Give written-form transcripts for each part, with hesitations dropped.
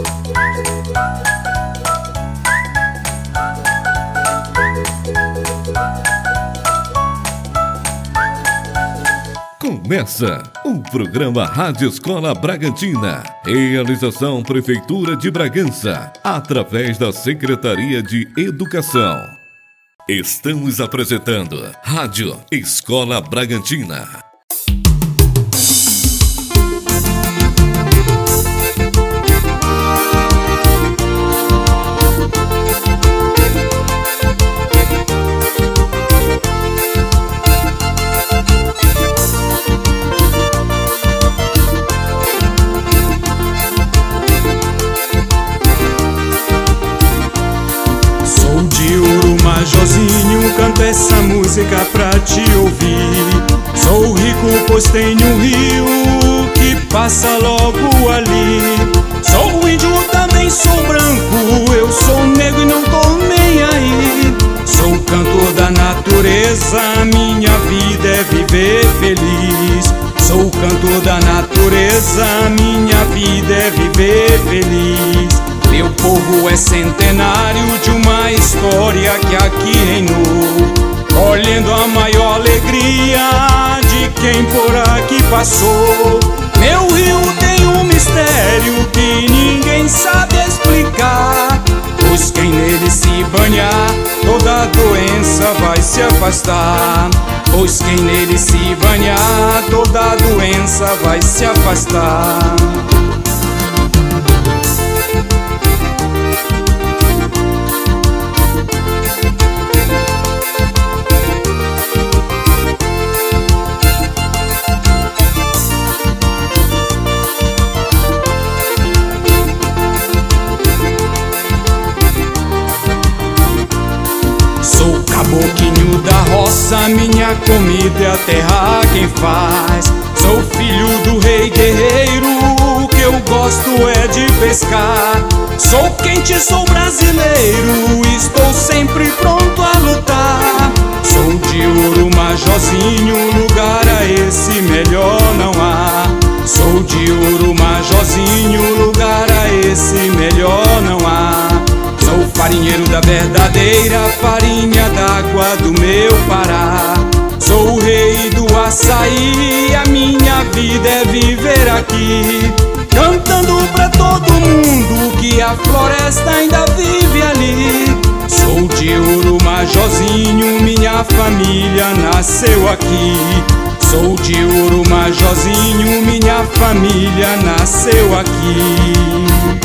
Começa o programa Rádio Escola Bragantina. Realização Prefeitura de Bragança, através da Secretaria de Educação. Estamos apresentando Rádio Escola Bragantina. Josinho, canto essa música pra te ouvir. Sou rico, pois tenho um rio que passa logo ali. Sou índio, também sou branco, eu sou negro e não tô nem aí. Sou cantor da natureza, minha vida é viver feliz. Sou cantor da natureza, minha vida é viver feliz. Meu povo é centenário de uma história que aqui reinou, colhendo a maior alegria de quem por aqui passou. Meu rio tem um mistério que ninguém sabe explicar, pois quem nele se banhar, toda doença vai se afastar. Pois quem nele se banhar, toda doença vai se afastar. Sou caboclinho da roça, minha comida é a terra quem faz. Sou filho do rei guerreiro, o que eu gosto é de pescar. Sou quente, sou brasileiro, estou sempre pronto a lutar. Sou de ouro majorzinho, lugar a esse melhor não há. Sou de ouro majorzinho, lugar a esse melhor não há. Sou farinheiro da verdadeira farinha d'água do meu Pará. Sou o rei do açaí, a minha vida é viver aqui, cantando pra todo mundo que a floresta ainda vive ali. Sou de ouro majorzinho, minha família nasceu aqui. Sou de ouro majorzinho, minha família nasceu aqui.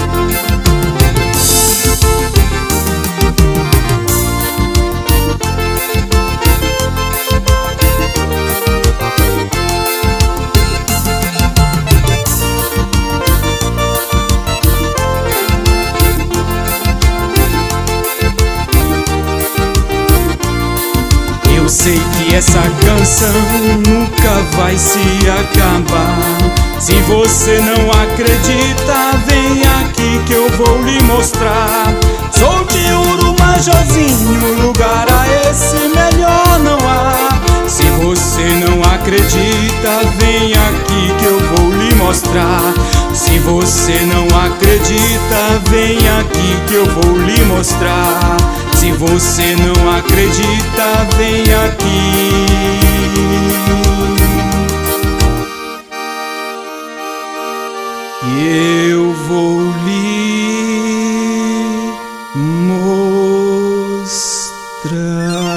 Eu sei que essa canção nunca vai se acabar. Se você não acredita, vem aqui que eu vou lhe mostrar. Sou de ouro majorzinho, lugar a esse melhor não há. Se você não acredita, vem aqui que eu vou lhe mostrar. Se você não acredita, vem aqui que eu vou lhe mostrar. Se você não acredita, vem aqui. E eu vou lhe mostrar.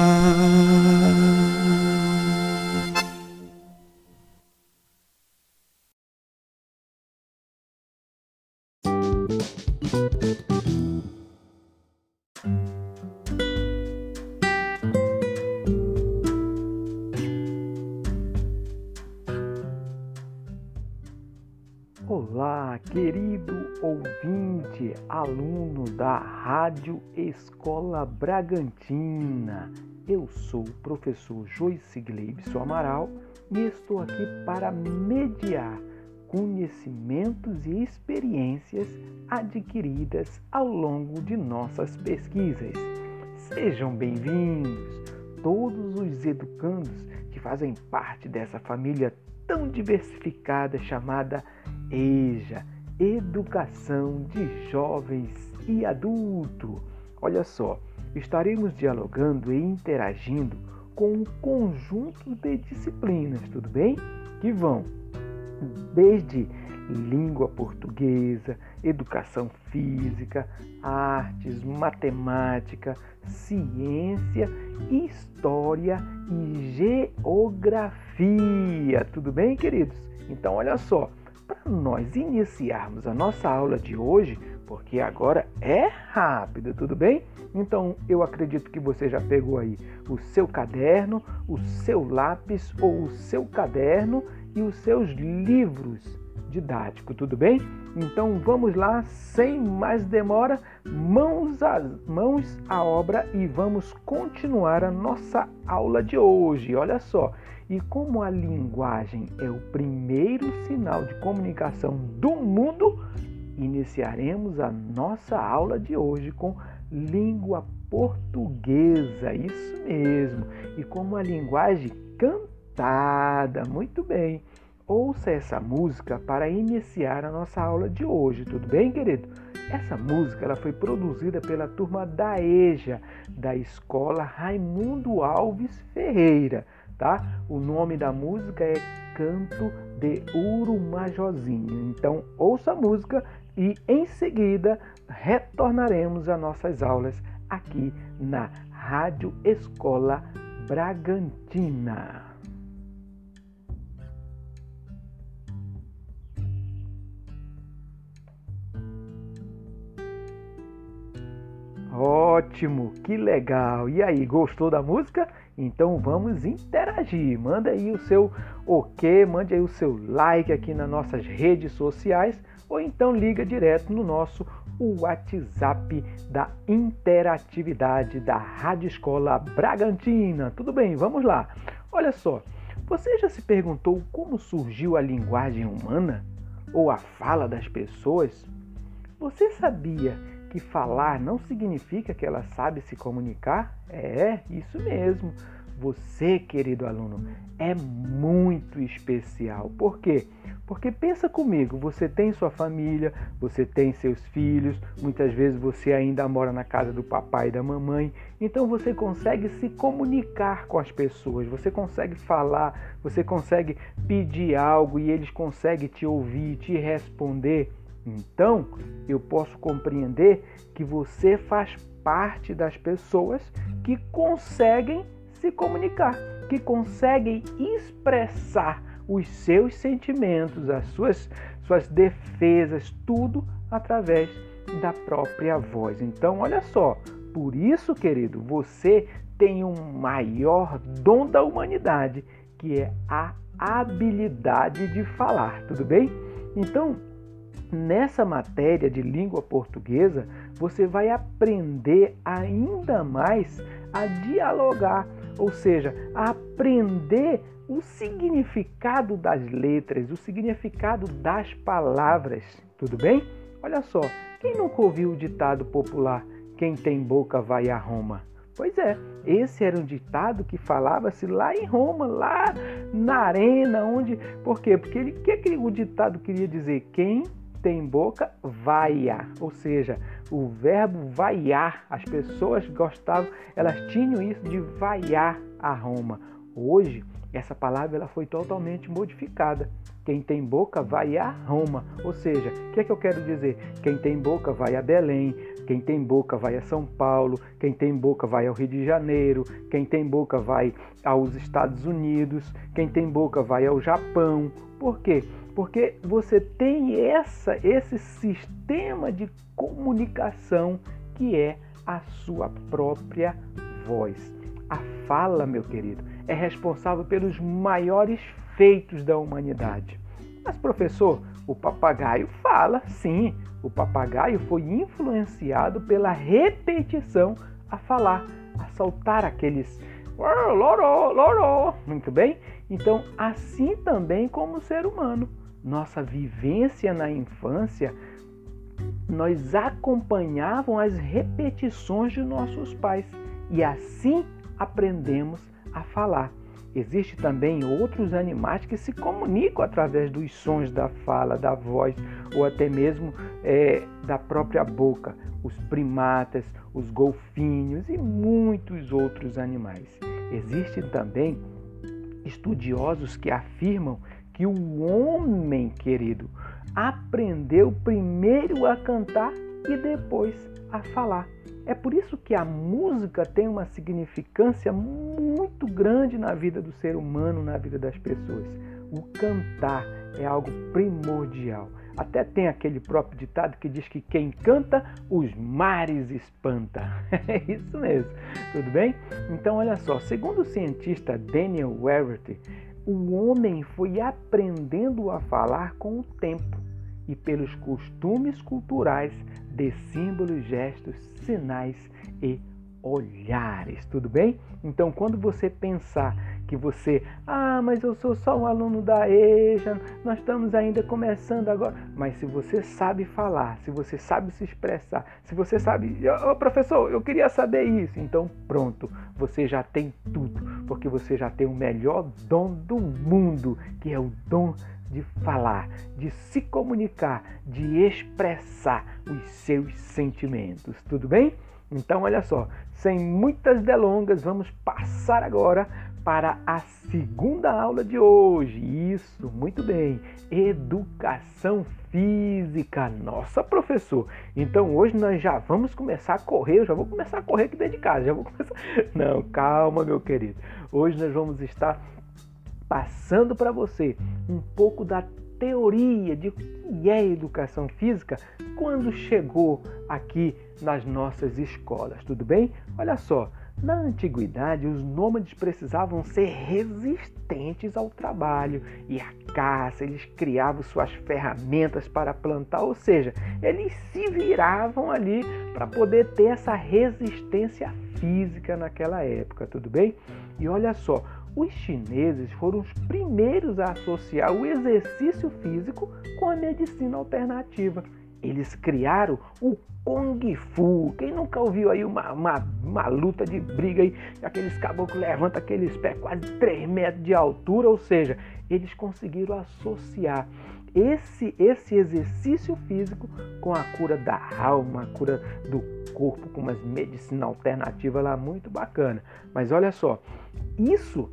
Olá, querido ouvinte, aluno da Rádio Escola Bragantina. Eu sou o professor Joyce Gleibson Amaral e estou aqui para mediar conhecimentos e experiências adquiridas ao longo de nossas pesquisas. Sejam bem-vindos todos os educandos que fazem parte dessa família tão diversificada chamada EJA, educação de jovens e adultos. Olha só, estaremos dialogando e interagindo com um conjunto de disciplinas, tudo bem? Que vão desde língua portuguesa, educação física, artes, matemática, ciência, história e geografia. Tudo bem, queridos? Então, olha só, para nós iniciarmos a nossa aula de hoje, porque agora é rápido, tudo bem? Então, eu acredito que você já pegou aí o seu caderno, o seu lápis ou o seu caderno e os seus livros didáticos, tudo bem? Então, vamos lá, sem mais demora, mãos à obra e vamos continuar a nossa aula de hoje. Olha só, e como a linguagem é o primeiro sinal de comunicação do mundo, iniciaremos a nossa aula de hoje com língua portuguesa, isso mesmo, e com uma linguagem cantada. Muito bem, ouça essa música para iniciar a nossa aula de hoje, tudo bem, querido? Essa música ela foi produzida pela turma da EJA, da Escola Raimundo Alves Ferreira, tá? O nome da música é Canto de Urumajozinho. Então, ouça a música e em seguida retornaremos às nossas aulas aqui na Rádio Escola Bragantina. Ótimo, que legal! E aí, gostou da música? Então vamos interagir. Manda aí o seu ok, mande aí o seu like aqui nas nossas redes sociais ou então liga direto no nosso WhatsApp da interatividade da Rádio Escola Bragantina. Tudo bem, vamos lá. Olha só, você já se perguntou como surgiu a linguagem humana ou a fala das pessoas? Você sabia que falar não significa que ela sabe se comunicar? É, isso mesmo. Você, querido aluno, é muito especial. Por quê? Porque pensa comigo, você tem sua família, você tem seus filhos, muitas vezes você ainda mora na casa do papai e da mamãe, então você consegue se comunicar com as pessoas, você consegue falar, você consegue pedir algo e eles conseguem te ouvir, te responder. Então, eu posso compreender que você faz parte das pessoas que conseguem se comunicar, que conseguem expressar os seus sentimentos, as suas defesas, tudo através da própria voz. Então, olha só, por isso, querido, você tem um maior dom da humanidade, que é a habilidade de falar, tudo bem? Então, nessa matéria de língua portuguesa, você vai aprender ainda mais a dialogar, ou seja, a aprender o significado das letras, o significado das palavras, tudo bem? Olha só, quem nunca ouviu o ditado popular, quem tem boca vai a Roma? Pois é, esse era um ditado que falava-se lá em Roma, lá na arena, onde... Por quê? Porque o ditado queria dizer? Quem tem boca, vaia. Ou seja, o verbo vaiar, as pessoas gostavam, elas tinham isso de vaiar a Roma. Hoje, essa palavra ela foi totalmente modificada. Quem tem boca vai a Roma. Ou seja, o que é que eu quero dizer? Quem tem boca vai a Belém, quem tem boca vai a São Paulo, quem tem boca vai ao Rio de Janeiro, quem tem boca vai aos Estados Unidos, quem tem boca vai ao Japão. Por quê? Porque você tem esse sistema de comunicação que é a sua própria voz. A fala, meu querido, é responsável pelos maiores feitos da humanidade. Mas, professor, o papagaio fala, sim. O papagaio foi influenciado pela repetição a falar, a soltar aqueles loró, loró. Muito bem? Então, assim também como o ser humano. Nossa vivência na infância, nós acompanhávamos as repetições de nossos pais e assim aprendemos a falar. Existem também outros animais que se comunicam através dos sons da fala, da voz ou até mesmo da própria boca. Os primatas, os golfinhos e muitos outros animais. Existem também estudiosos que afirmam que o homem, querido, aprendeu primeiro a cantar e depois a falar. É por isso que a música tem uma significância muito grande na vida do ser humano, na vida das pessoas. O cantar é algo primordial. Até tem aquele próprio ditado que diz que quem canta, os mares espanta. É isso mesmo, tudo bem? Então, olha só, segundo o cientista Daniel Werrett, o homem foi aprendendo a falar com o tempo e pelos costumes culturais de símbolos, gestos, sinais e olhares, tudo bem? Então, quando você pensar que você, mas eu sou só um aluno da EJA, nós estamos ainda começando agora, mas se você sabe falar, se você sabe se expressar, se você sabe, professor, eu queria saber isso, então pronto, você já tem tudo, porque você já tem o melhor dom do mundo, que é o dom de falar, de se comunicar, de expressar os seus sentimentos, tudo bem? Então, olha só, sem muitas delongas, vamos passar agora para a segunda aula de hoje. Isso, muito bem, educação física. Nossa, professor, então hoje nós já vamos começar a correr, eu já vou começar a correr aqui dentro de casa, Não, calma, meu querido. Hoje nós vamos estar passando para você um pouco da teoria de o que é educação física quando chegou aqui nas nossas escolas, tudo bem? Olha só, na antiguidade os nômades precisavam ser resistentes ao trabalho e à caça, eles criavam suas ferramentas para plantar, ou seja, eles se viravam ali para poder ter essa resistência física naquela época, tudo bem? E olha só, os chineses foram os primeiros a associar o exercício físico com a medicina alternativa. Eles criaram o Kung Fu. Quem nunca ouviu aí uma luta de briga aí, aqueles caboclos levantam aqueles pés quase 3 metros de altura, ou seja, eles conseguiram associar esse exercício físico com a cura da alma, a cura do corpo, com uma medicina alternativa lá muito bacana. Mas olha só, isso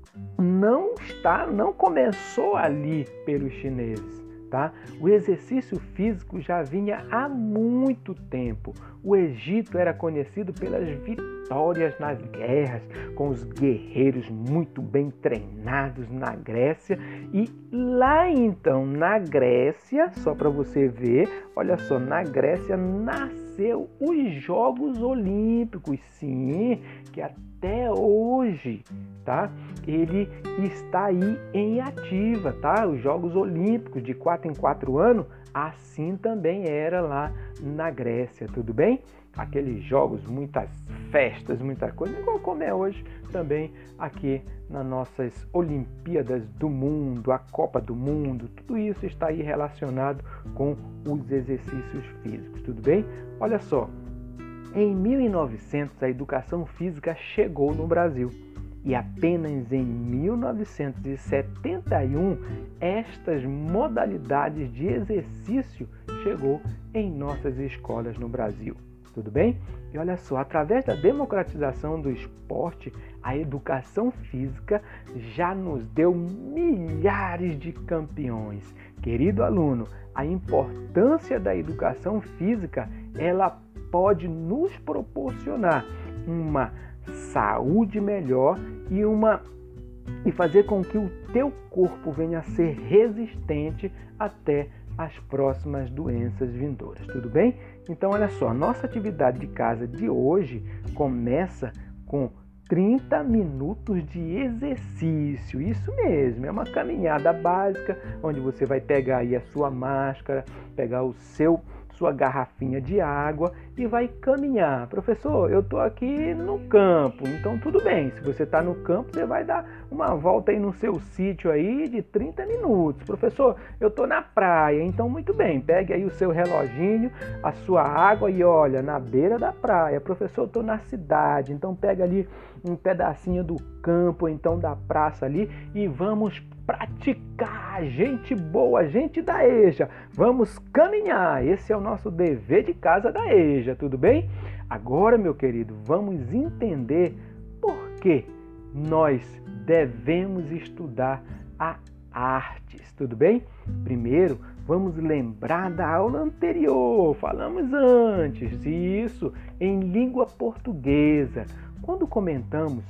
não começou ali pelos chineses, tá? O exercício físico já vinha há muito tempo. O Egito era conhecido pelas vitórias nas guerras, com os guerreiros muito bem treinados na Grécia. E lá então, na Grécia, só para você ver, olha só, na Grécia nasceu os Jogos Olímpicos, sim, que até hoje, tá? Ele está aí em ativa, tá? Os Jogos Olímpicos de 4 em 4 anos, assim também era lá na Grécia, tudo bem? Aqueles jogos, muitas festas, muita coisa, igual como é hoje também aqui nas nossas Olimpíadas do Mundo, a Copa do Mundo, tudo isso está aí relacionado com os exercícios físicos, tudo bem? Olha só, em 1900 a educação física chegou no Brasil e apenas em 1971 estas modalidades de exercício chegou em nossas escolas no Brasil. Tudo bem? E olha só, através da democratização do esporte, a educação física já nos deu milhares de campeões. Querido aluno, a importância da educação física, ela pode nos proporcionar uma saúde melhor e fazer com que o teu corpo venha a ser resistente até as próximas doenças vindouras, tudo bem? Então, olha só, a nossa atividade de casa de hoje começa com 30 minutos de exercício, isso mesmo, é uma caminhada básica, onde você vai pegar aí a sua máscara, pegar sua garrafinha de água e vai caminhar. Professor, eu estou aqui no campo, então tudo bem, se você está no campo, você vai dar uma volta aí no seu sítio aí de 30 minutos. Professor, eu estou na praia, então muito bem, pegue aí o seu reloginho, a sua água e olha, na beira da praia. Professor, eu estou na cidade, então pega ali um pedacinho do campo, então da praça ali, e vamos praticar, gente boa, gente da EJA, vamos caminhar, esse é o nosso dever de casa da EJA, tudo bem? Agora, meu querido, vamos entender por que nós devemos estudar a artes, tudo bem? Primeiro, vamos lembrar da aula anterior, falamos antes, isso, em língua portuguesa. Quando comentamos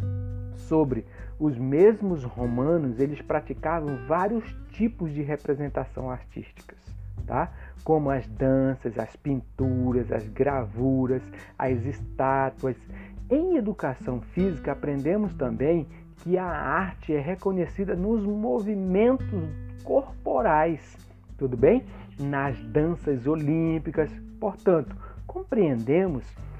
sobre os mesmos romanos, eles praticavam vários tipos de representação artísticas, tá? Como as danças, as pinturas, as gravuras, as estátuas. Em educação física, aprendemos também que a arte é reconhecida nos movimentos corporais, tudo bem? Nas danças olímpicas. Portanto, compreendemos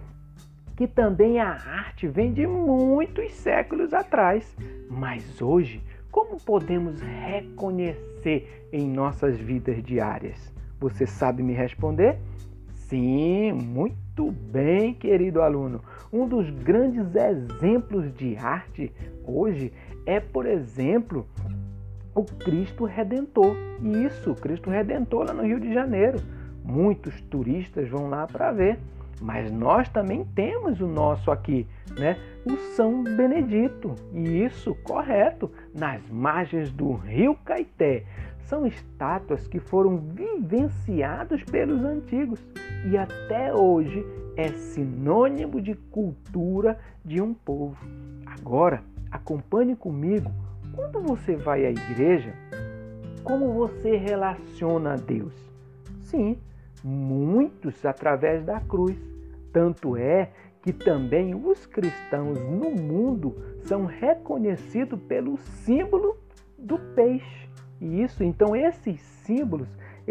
que também a arte vem de muitos séculos atrás. Mas hoje, como podemos reconhecer em nossas vidas diárias? Você sabe me responder? Sim, muito bem, querido aluno. Um dos grandes exemplos de arte hoje é, por exemplo, o Cristo Redentor. Isso, o Cristo Redentor lá no Rio de Janeiro. Muitos turistas vão lá para ver. Mas nós também temos o nosso aqui, né? O São Benedito. E isso, correto, nas margens do Rio Caeté. São estátuas que foram vivenciadas pelos antigos e até hoje é sinônimo de cultura de um povo. Agora, acompanhe comigo. Quando você vai à igreja, como você relaciona a Deus? Sim, muitos através da cruz. Tanto é que também os cristãos no mundo são reconhecidos pelo símbolo do peixe. E isso, então esses símbolos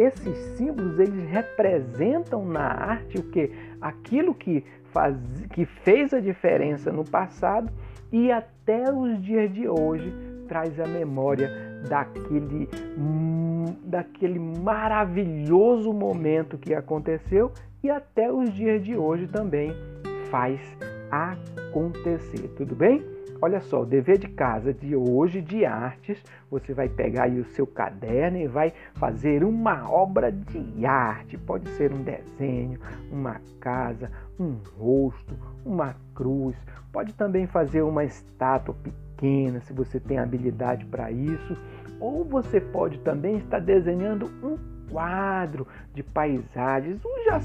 eles representam na arte o que? Aquilo que fez a diferença no passado e até os dias de hoje traz a memória daquele maravilhoso momento que aconteceu e até os dias de hoje também faz acontecer, tudo bem? Olha só, o dever de casa de hoje de artes, você vai pegar aí o seu caderno e vai fazer uma obra de arte. Pode ser um desenho, uma casa, um rosto, uma cruz. Pode também fazer uma estátua pequena, se você tem habilidade para isso. Ou você pode também estar desenhando um quadro de paisagens.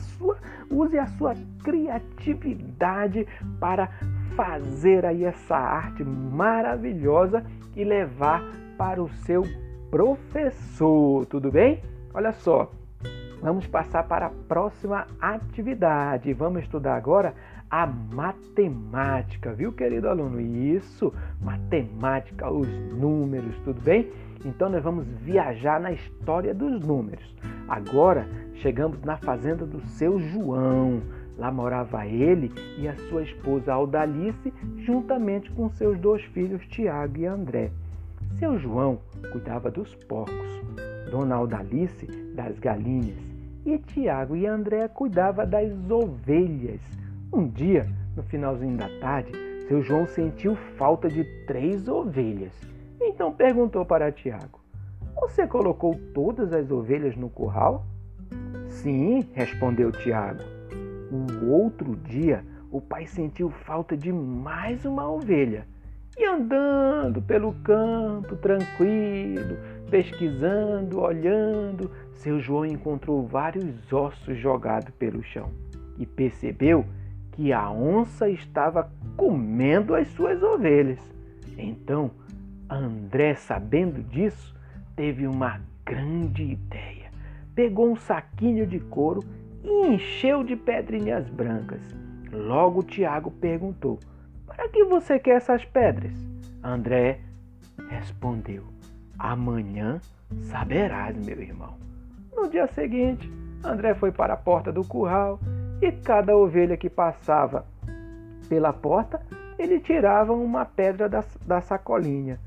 Use a sua criatividade para fazer aí essa arte maravilhosa e levar para o seu professor, tudo bem? Olha só, vamos passar para a próxima atividade. Vamos estudar agora a matemática, viu, querido aluno? Isso, matemática, os números, tudo bem? Então nós vamos viajar na história dos números. Agora chegamos na fazenda do seu João. Lá morava ele e a sua esposa Aldalice, juntamente com seus 2 filhos, Tiago e André. Seu João cuidava dos porcos, Dona Aldalice das galinhas e Tiago e André cuidavam das ovelhas. Um dia, no finalzinho da tarde, seu João sentiu falta de 3 ovelhas. Então perguntou para Tiago: "Você colocou todas as ovelhas no curral?" "Sim", respondeu Tiago. O outro dia, o pai sentiu falta de mais uma ovelha. E andando pelo campo, tranquilo, pesquisando, olhando, seu João encontrou vários ossos jogados pelo chão e percebeu que a onça estava comendo as suas ovelhas. Então, André, sabendo disso, teve uma grande ideia. Pegou um saquinho de couro e encheu de pedrinhas brancas. Logo Tiago perguntou: "Para que você quer essas pedras?" André respondeu: "Amanhã saberás, meu irmão." No dia seguinte, André foi para a porta do curral e cada ovelha que passava pela porta, ele tirava uma pedra da sacolinha.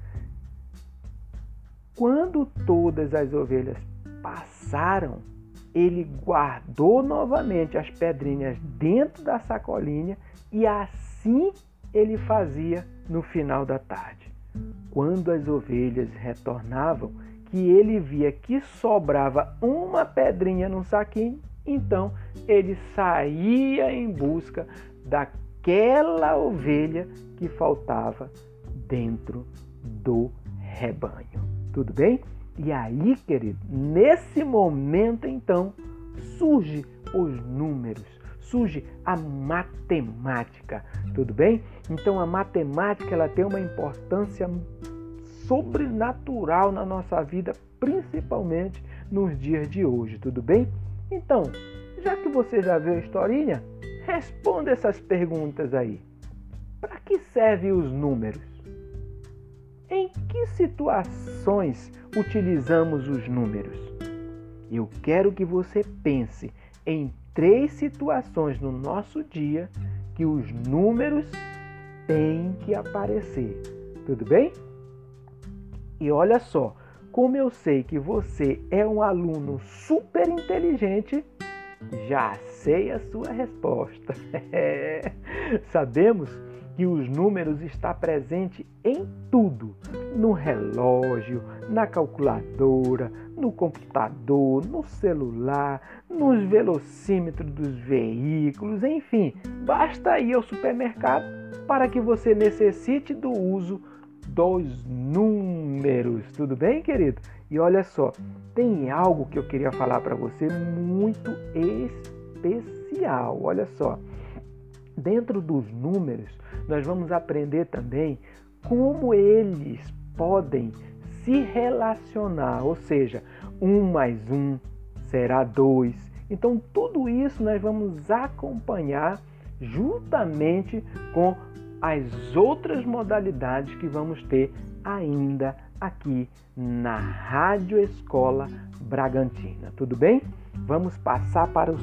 Quando todas as ovelhas passaram, ele guardou novamente as pedrinhas dentro da sacolinha e assim ele fazia no final da tarde? Quando as ovelhas retornavam, que ele via que sobrava uma pedrinha num saquinho, então ele saía em busca daquela ovelha que faltava dentro do rebanho. Tudo bem? E aí, querido, nesse momento, então, surge os números, surge a matemática, tudo bem? Então, a matemática, ela tem uma importância sobrenatural na nossa vida, principalmente nos dias de hoje, tudo bem? Então, já que você já viu a historinha, responda essas perguntas aí. Para que servem os números? Em que situações utilizamos os números? Eu quero que você pense em 3 situações no nosso dia que os números têm que aparecer. Tudo bem? E olha só, como eu sei que você é um aluno super inteligente, já sei a sua resposta. Sabemos que os números estão presentes em tudo, no relógio, na calculadora, no computador, no celular, nos velocímetros dos veículos, enfim, basta ir ao supermercado para que você necessite do uso dos números, tudo bem, querido? E olha só, tem algo que eu queria falar para você muito especial, olha só. Dentro dos números, nós vamos aprender também como eles podem se relacionar, ou seja, 1 mais 1 será 2. Então, tudo isso nós vamos acompanhar juntamente com as outras modalidades que vamos ter ainda aqui na Rádio Escola Bragantina. Tudo bem? Vamos passar para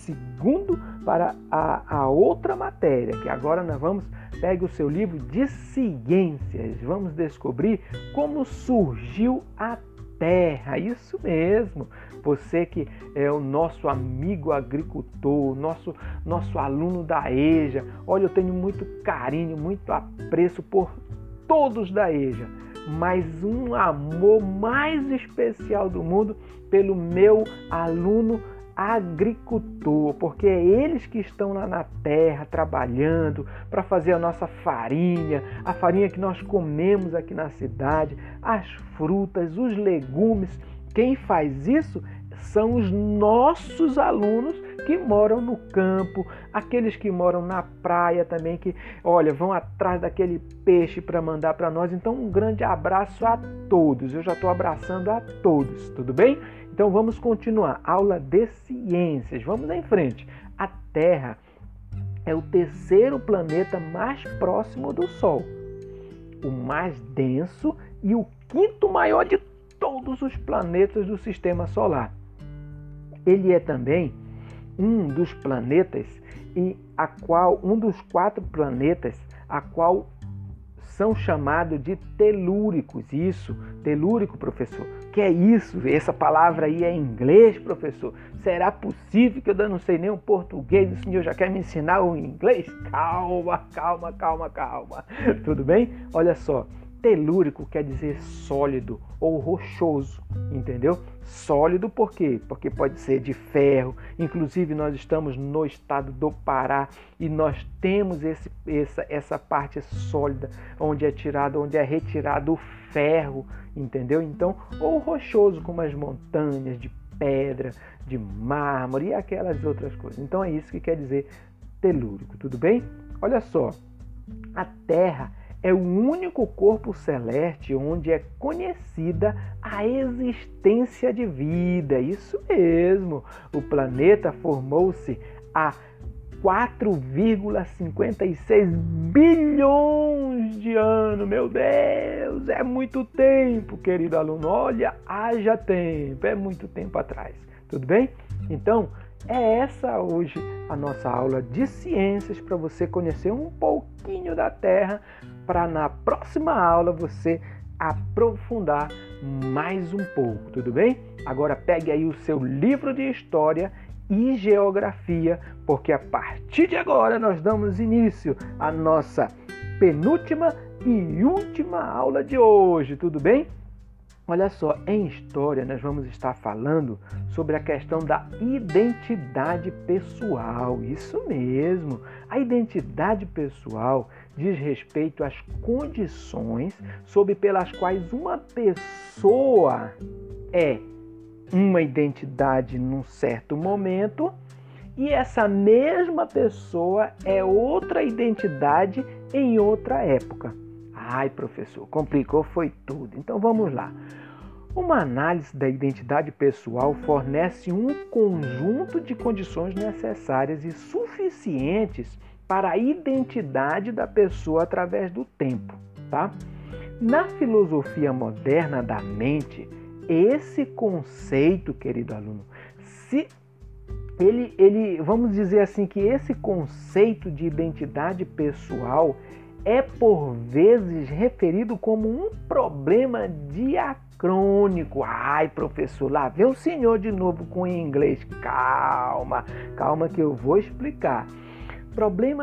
a outra matéria, que agora nós vamos pegar o seu livro de ciências. Vamos descobrir como surgiu a Terra. Isso mesmo. Você que é o nosso amigo agricultor, nosso aluno da EJA. Olha, eu tenho muito carinho, muito apreço por todos da EJA, mas um amor mais especial do mundo pelo meu aluno agricultor, porque é eles que estão lá na terra trabalhando para fazer a nossa farinha, a farinha que nós comemos aqui na cidade, as frutas, os legumes. Quem faz isso são os nossos alunos que moram no campo, aqueles que moram na praia também, que, olha, vão atrás daquele peixe para mandar para nós. Então, um grande abraço a todos. Eu já estou abraçando a todos, tudo bem? Então, vamos continuar. Aula de ciências. Vamos em frente. A Terra é o 3º planeta mais próximo do Sol, o mais denso e o 5º maior de todos os planetas do Sistema Solar. Ele é também um dos planetas um dos 4 planetas a qual são chamados de telúricos. Isso, telúrico, professor. Que é isso? Essa palavra aí é em inglês, professor? Será possível que eu não sei nem o português? O senhor já quer me ensinar o inglês? Calma. Tudo bem? Olha só. Telúrico quer dizer sólido ou rochoso, entendeu? Sólido por quê? Porque pode ser de ferro. Inclusive, nós estamos no estado do Pará e nós temos essa parte sólida onde é retirado o ferro, entendeu? Então, ou rochoso, como as montanhas de pedra, de mármore e aquelas outras coisas. Então, é isso que quer dizer telúrico, tudo bem? Olha só, a Terra é o único corpo celeste onde é conhecida a existência de vida. Isso mesmo. O planeta formou-se há 4,56 bilhões de anos. Meu Deus, é muito tempo, querido aluno. Olha, haja tempo, é muito tempo atrás. Tudo bem? Então, é essa hoje a nossa aula de ciências para você conhecer um pouquinho da Terra, para na próxima aula você aprofundar mais um pouco, tudo bem? Agora pegue aí o seu livro de história e geografia, porque a partir de agora nós damos início à nossa penúltima e última aula de hoje, tudo bem? Olha só, em história nós vamos estar falando sobre a questão da identidade pessoal. Isso mesmo, a identidade pessoal diz respeito às condições pelas quais uma pessoa é uma identidade num certo momento e essa mesma pessoa é outra identidade em outra época. Ai, professor, complicou foi tudo. Então vamos lá. Uma análise da identidade pessoal fornece um conjunto de condições necessárias e suficientes para a identidade da pessoa através do tempo, tá? Na filosofia moderna da mente, esse conceito, querido aluno, vamos dizer assim que esse conceito de identidade pessoal é por vezes referido como um problema diacrônico. Ai, professor, lá vem o senhor de novo com o inglês. Calma que eu vou explicar. Problema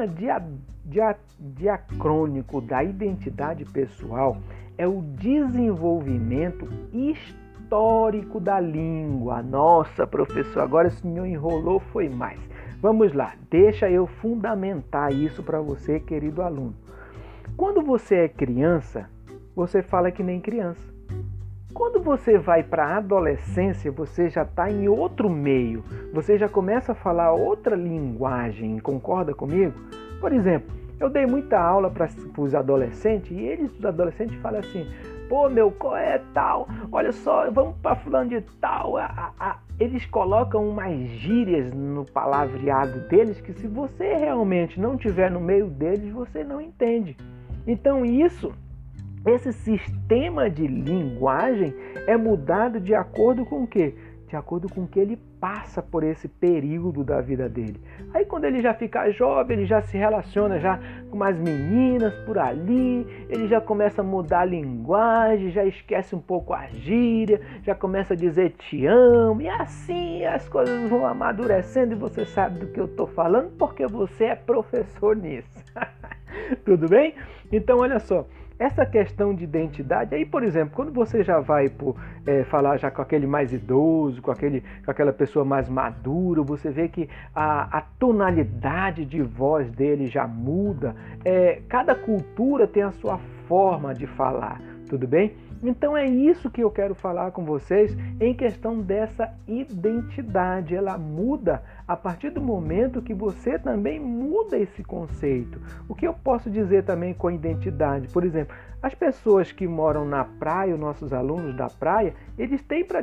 diacrônico da identidade pessoal é o desenvolvimento histórico da língua. Nossa, professor, agora o senhor enrolou foi mais. Vamos lá, deixa eu fundamentar isso para você, querido aluno. Quando você é criança, você fala que nem criança. Quando você vai para a adolescência, você já está em outro meio. Você já começa a falar outra linguagem, concorda comigo? Por exemplo, eu dei muita aula para os adolescentes e os adolescentes falam assim: pô, meu, qual é tal? Olha só, vamos para fulano de tal. Eles colocam umas gírias no palavreado deles que se você realmente não estiver no meio deles, você não entende. Então esse sistema de linguagem é mudado de acordo com o quê? De acordo com o que ele passa por esse período da vida dele. Aí quando ele já fica jovem, ele já se relaciona já com umas meninas por ali, ele já começa a mudar a linguagem, já esquece um pouco a gíria, já começa a dizer te amo, e assim as coisas vão amadurecendo e você sabe do que eu estou falando porque você é professor nisso. Tudo bem? Então olha só, essa questão de identidade, aí por exemplo, quando você já vai falar já com aquele mais idoso, com aquela pessoa mais madura, você vê que a tonalidade de voz dele já muda, cada cultura tem a sua forma de falar, tudo bem? Então é isso que eu quero falar com vocês em questão dessa identidade. Ela muda a partir do momento que você também muda esse conceito. O que eu posso dizer também com identidade? Por exemplo, as pessoas que moram na praia, os nossos alunos da praia, eles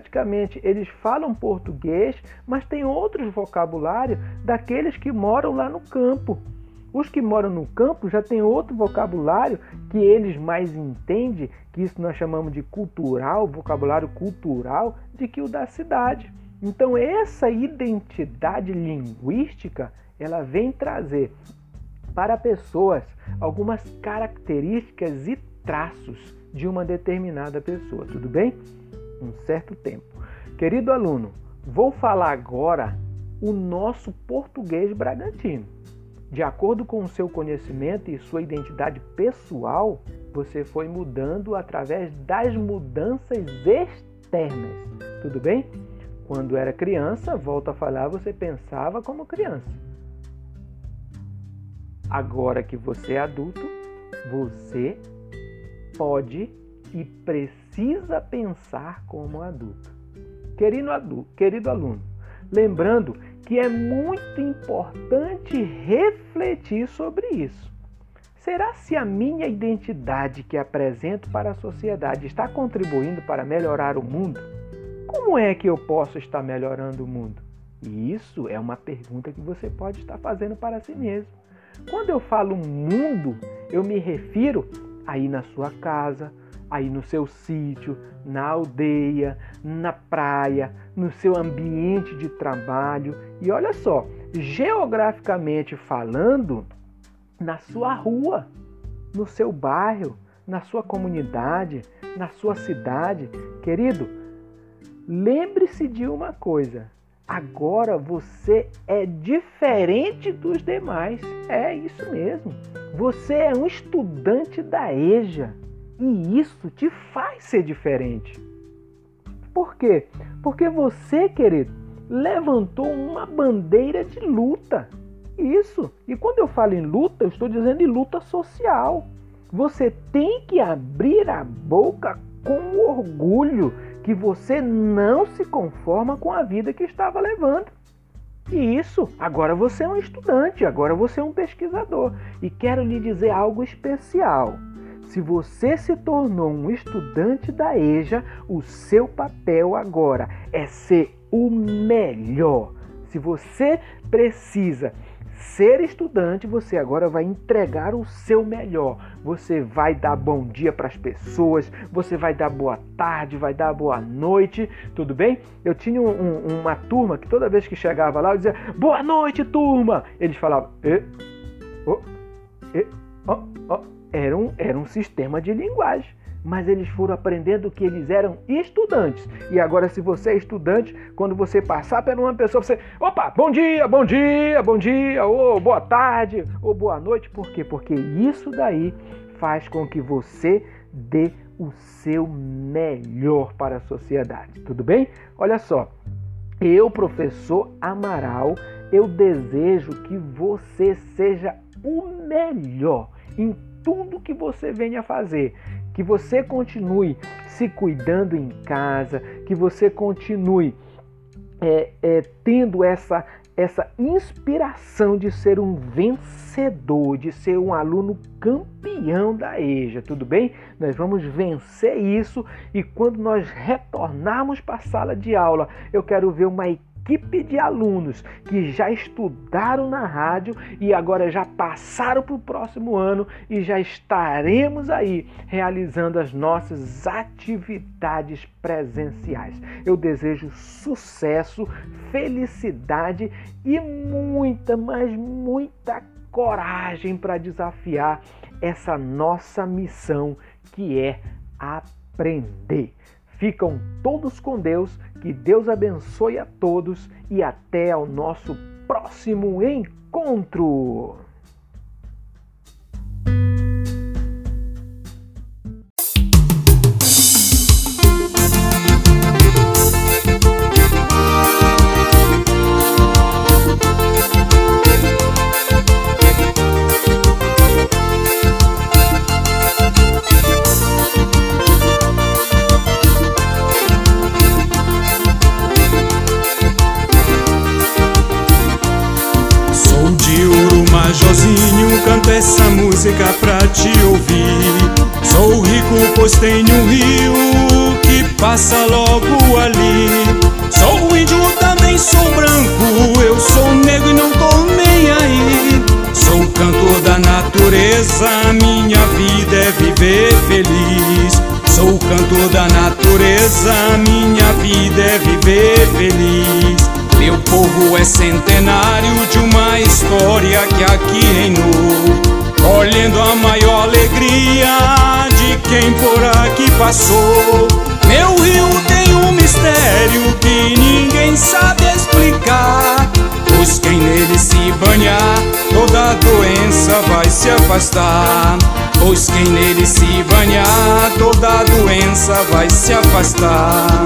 falam português, mas têm outros vocabulários daqueles que moram lá no campo. Os que moram no campo já têm outro vocabulário que eles mais entendem, que isso nós chamamos de cultural, vocabulário cultural, de que o da cidade. Então essa identidade linguística, ela vem trazer para pessoas algumas características e traços de uma determinada pessoa, tudo bem? Um certo tempo. Querido aluno, vou falar agora o nosso português bragantino. De acordo com o seu conhecimento e sua identidade pessoal, você foi mudando através das mudanças externas. Tudo bem? Quando era criança, volto a falar, você pensava como criança. Agora que você é adulto, você pode e precisa pensar como adulto. Querido aluno, lembrando que é muito importante refletir sobre isso. Será se a minha identidade que apresento para a sociedade está contribuindo para melhorar o mundo? Como é que eu posso estar melhorando o mundo? E isso é uma pergunta que você pode estar fazendo para si mesmo. Quando eu falo mundo, eu me refiro aí na sua casa, aí no seu sítio, na aldeia, na praia, no seu ambiente de trabalho. E olha só, geograficamente falando, na sua rua, no seu bairro, na sua comunidade, na sua cidade. Querido, lembre-se de uma coisa, Agora você é diferente dos demais. É isso mesmo. Você é um estudante da EJA e isso te faz ser diferente. Por quê? Porque você, querido, levantou uma bandeira de luta. Isso. E quando eu falo em luta, eu estou dizendo em luta social. Você tem que abrir a boca com orgulho que você não se conforma com a vida que estava levando. E isso, agora você é um estudante, agora você é um pesquisador. E quero lhe dizer algo especial. Se você se tornou um estudante da EJA, o seu papel agora é ser o melhor. Se você precisa ser estudante, você agora vai entregar o seu melhor. Você vai dar bom dia para as pessoas, você vai dar boa tarde, vai dar boa noite, tudo bem? Eu tinha uma turma que toda vez que chegava lá, eu dizia, boa noite, turma! Eles falavam, Era um sistema de linguagem. Mas eles foram aprendendo que eles eram estudantes. E agora, se você é estudante, quando você passar por uma pessoa, você... Opa, bom dia, bom dia, bom dia, ou boa tarde, ou boa noite. Por quê? Porque isso daí faz com que você dê o seu melhor para a sociedade. Tudo bem? Olha só, eu, professor Amaral, eu desejo que você seja o melhor em tudo que você venha fazer. Que você continue se cuidando em casa, que você continue tendo essa inspiração de ser um vencedor, de ser um aluno campeão da EJA, tudo bem? Nós vamos vencer isso e quando nós retornarmos para a sala de aula, eu quero ver uma equipe de alunos que já estudaram na rádio e agora já passaram para o próximo ano e já estaremos aí realizando as nossas atividades presenciais. Eu desejo sucesso, felicidade e muita, mas muita coragem para desafiar essa nossa missão que é aprender. Ficam todos com Deus, que Deus abençoe a todos e até ao nosso próximo encontro! Majorzinho, canto essa música pra te ouvir. Sou rico, pois tenho um rio que passa logo ali. Sou índio, também sou branco, eu sou negro e não tô nem aí. Sou cantor da natureza, minha vida é viver feliz. Sou cantor da natureza, minha vida é viver feliz. Meu povo é centenário de uma história que aqui reinou, colhendo a maior alegria de quem por aqui passou. Meu rio tem um mistério que ninguém sabe explicar, pois quem nele se banhar, toda doença vai se afastar. Pois quem nele se banhar, toda doença vai se afastar.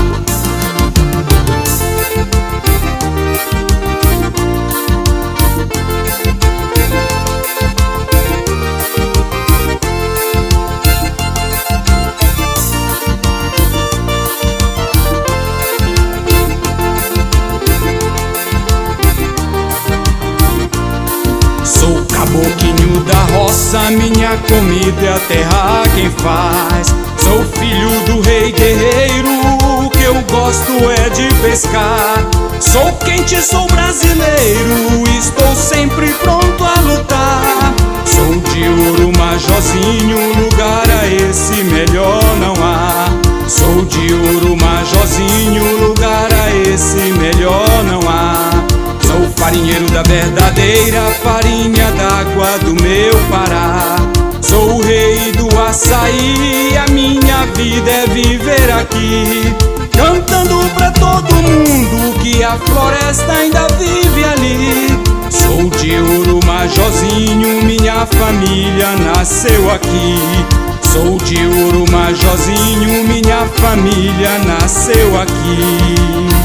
Sou caboclinho da roça, minha comida é a terra quem faz. Sou filho do rei guerreiro, o que eu gosto é de pescar. Sou quente, sou brasileiro, estou sempre pronto a lutar. Sou de ouro, majorzinho, lugar a esse melhor não há. Sou de ouro, majorzinho, lugar a esse melhor não há. Sou farinheiro da verdadeira farinha d'água do meu Pará. Sou o rei do açaí, a minha vida é viver aqui. cantando pra todo mundo que a floresta ainda vive ali. Sou de Urumajorzinho, minha família nasceu aqui. Sou de Urumajorzinho, minha família nasceu aqui.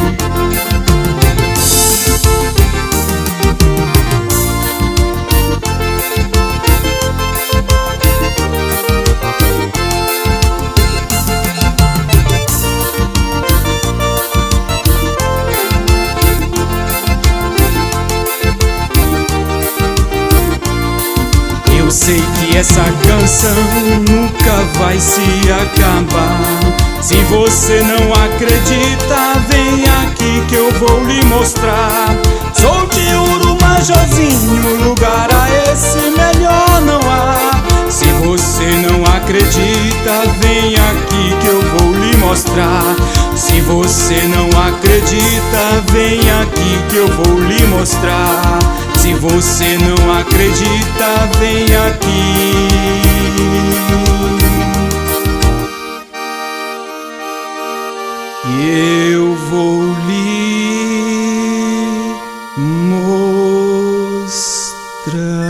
Eu sei que essa canção nunca vai se acabar. Se você não acredita, vem aqui que eu vou lhe mostrar. Sou de Urumajorzinho, lugar a esse melhor não há. Se você não acredita, vem aqui que eu vou lhe mostrar. Se você não acredita, vem aqui que eu vou lhe mostrar. Se você não acredita, vem aqui. Eu vou lhe mostrar.